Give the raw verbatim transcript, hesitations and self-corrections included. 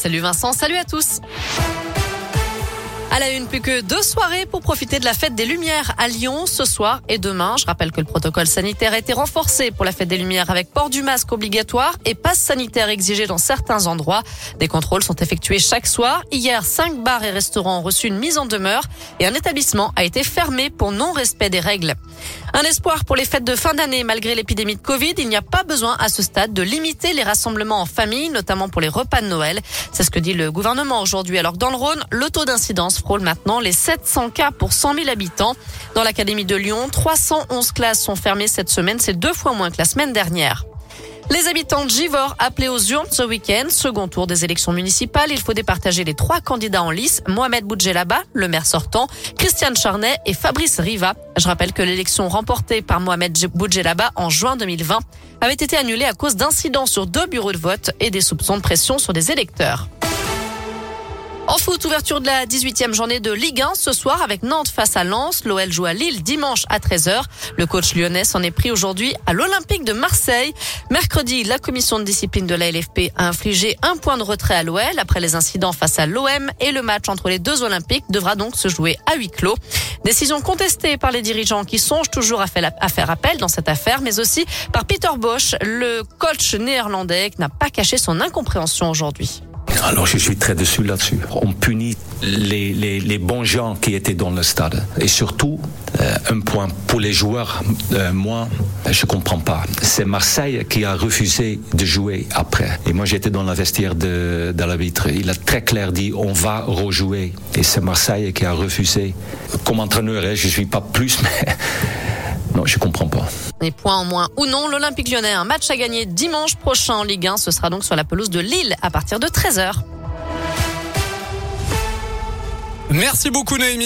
Salut Vincent, salut à tous. À la une, plus que deux soirées pour profiter de la fête des Lumières à Lyon ce soir et demain. Je rappelle que le protocole sanitaire a été renforcé pour la fête des Lumières avec port du masque obligatoire et passe sanitaire exigé dans certains endroits. Des contrôles sont effectués chaque soir. Hier, cinq bars et restaurants ont reçu une mise en demeure et un établissement a été fermé pour non-respect des règles. Un espoir pour les fêtes de fin d'année. Malgré l'épidémie de Covid, il n'y a pas besoin à ce stade de limiter les rassemblements en famille, notamment pour les repas de Noël. C'est ce que dit le gouvernement aujourd'hui. Alors que dans le Rhône, le taux d'incidence frôle maintenant les sept cents cas pour cent mille habitants. Dans l'académie de Lyon, trois cent onze classes sont fermées cette semaine. C'est deux fois moins que la semaine dernière. Les habitants de Givors appelés aux urnes ce week-end. Second tour des élections municipales. Il faut départager les trois candidats en lice. Mohamed Boudjelaba, le maire sortant, Christiane Charnay et Fabrice Riva. Je rappelle que l'élection remportée par Mohamed Boudjelaba en juin deux mille vingt avait été annulée à cause d'incidents sur deux bureaux de vote et des soupçons de pression sur des électeurs. En foot, ouverture de la dix-huitième journée de Ligue un ce soir avec Nantes face à Lens. L'O L joue à Lille dimanche à treize heures. Le coach lyonnais s'en est pris aujourd'hui à l'Olympique de Marseille. Mercredi, la commission de discipline de la L F P a infligé un point de retrait à l'O L après les incidents face à l'O M et le match entre les deux Olympiques devra donc se jouer à huis clos. Décision contestée par les dirigeants qui songent toujours à faire appel dans cette affaire, mais aussi par Peter Bosz, le coach néerlandais qui n'a pas caché son incompréhension aujourd'hui. Alors je suis très déçu là-dessus. On punit les, les, les bons gens qui étaient dans le stade. Et surtout, euh, un point pour les joueurs, euh, moi, je comprends pas. C'est Marseille qui a refusé de jouer après. Et moi, j'étais dans la vestiaire de, de l'arbitre. Il a très clair dit, on va rejouer. Et c'est Marseille qui a refusé. Comme entraîneur, hein, je suis pas plus, mais... Non, je comprends pas. Et point en moins ou non, l'Olympique Lyonnais a un match à gagner dimanche prochain en Ligue un. Ce sera donc sur la pelouse de Lille à partir de treize heures. Merci beaucoup Noémie.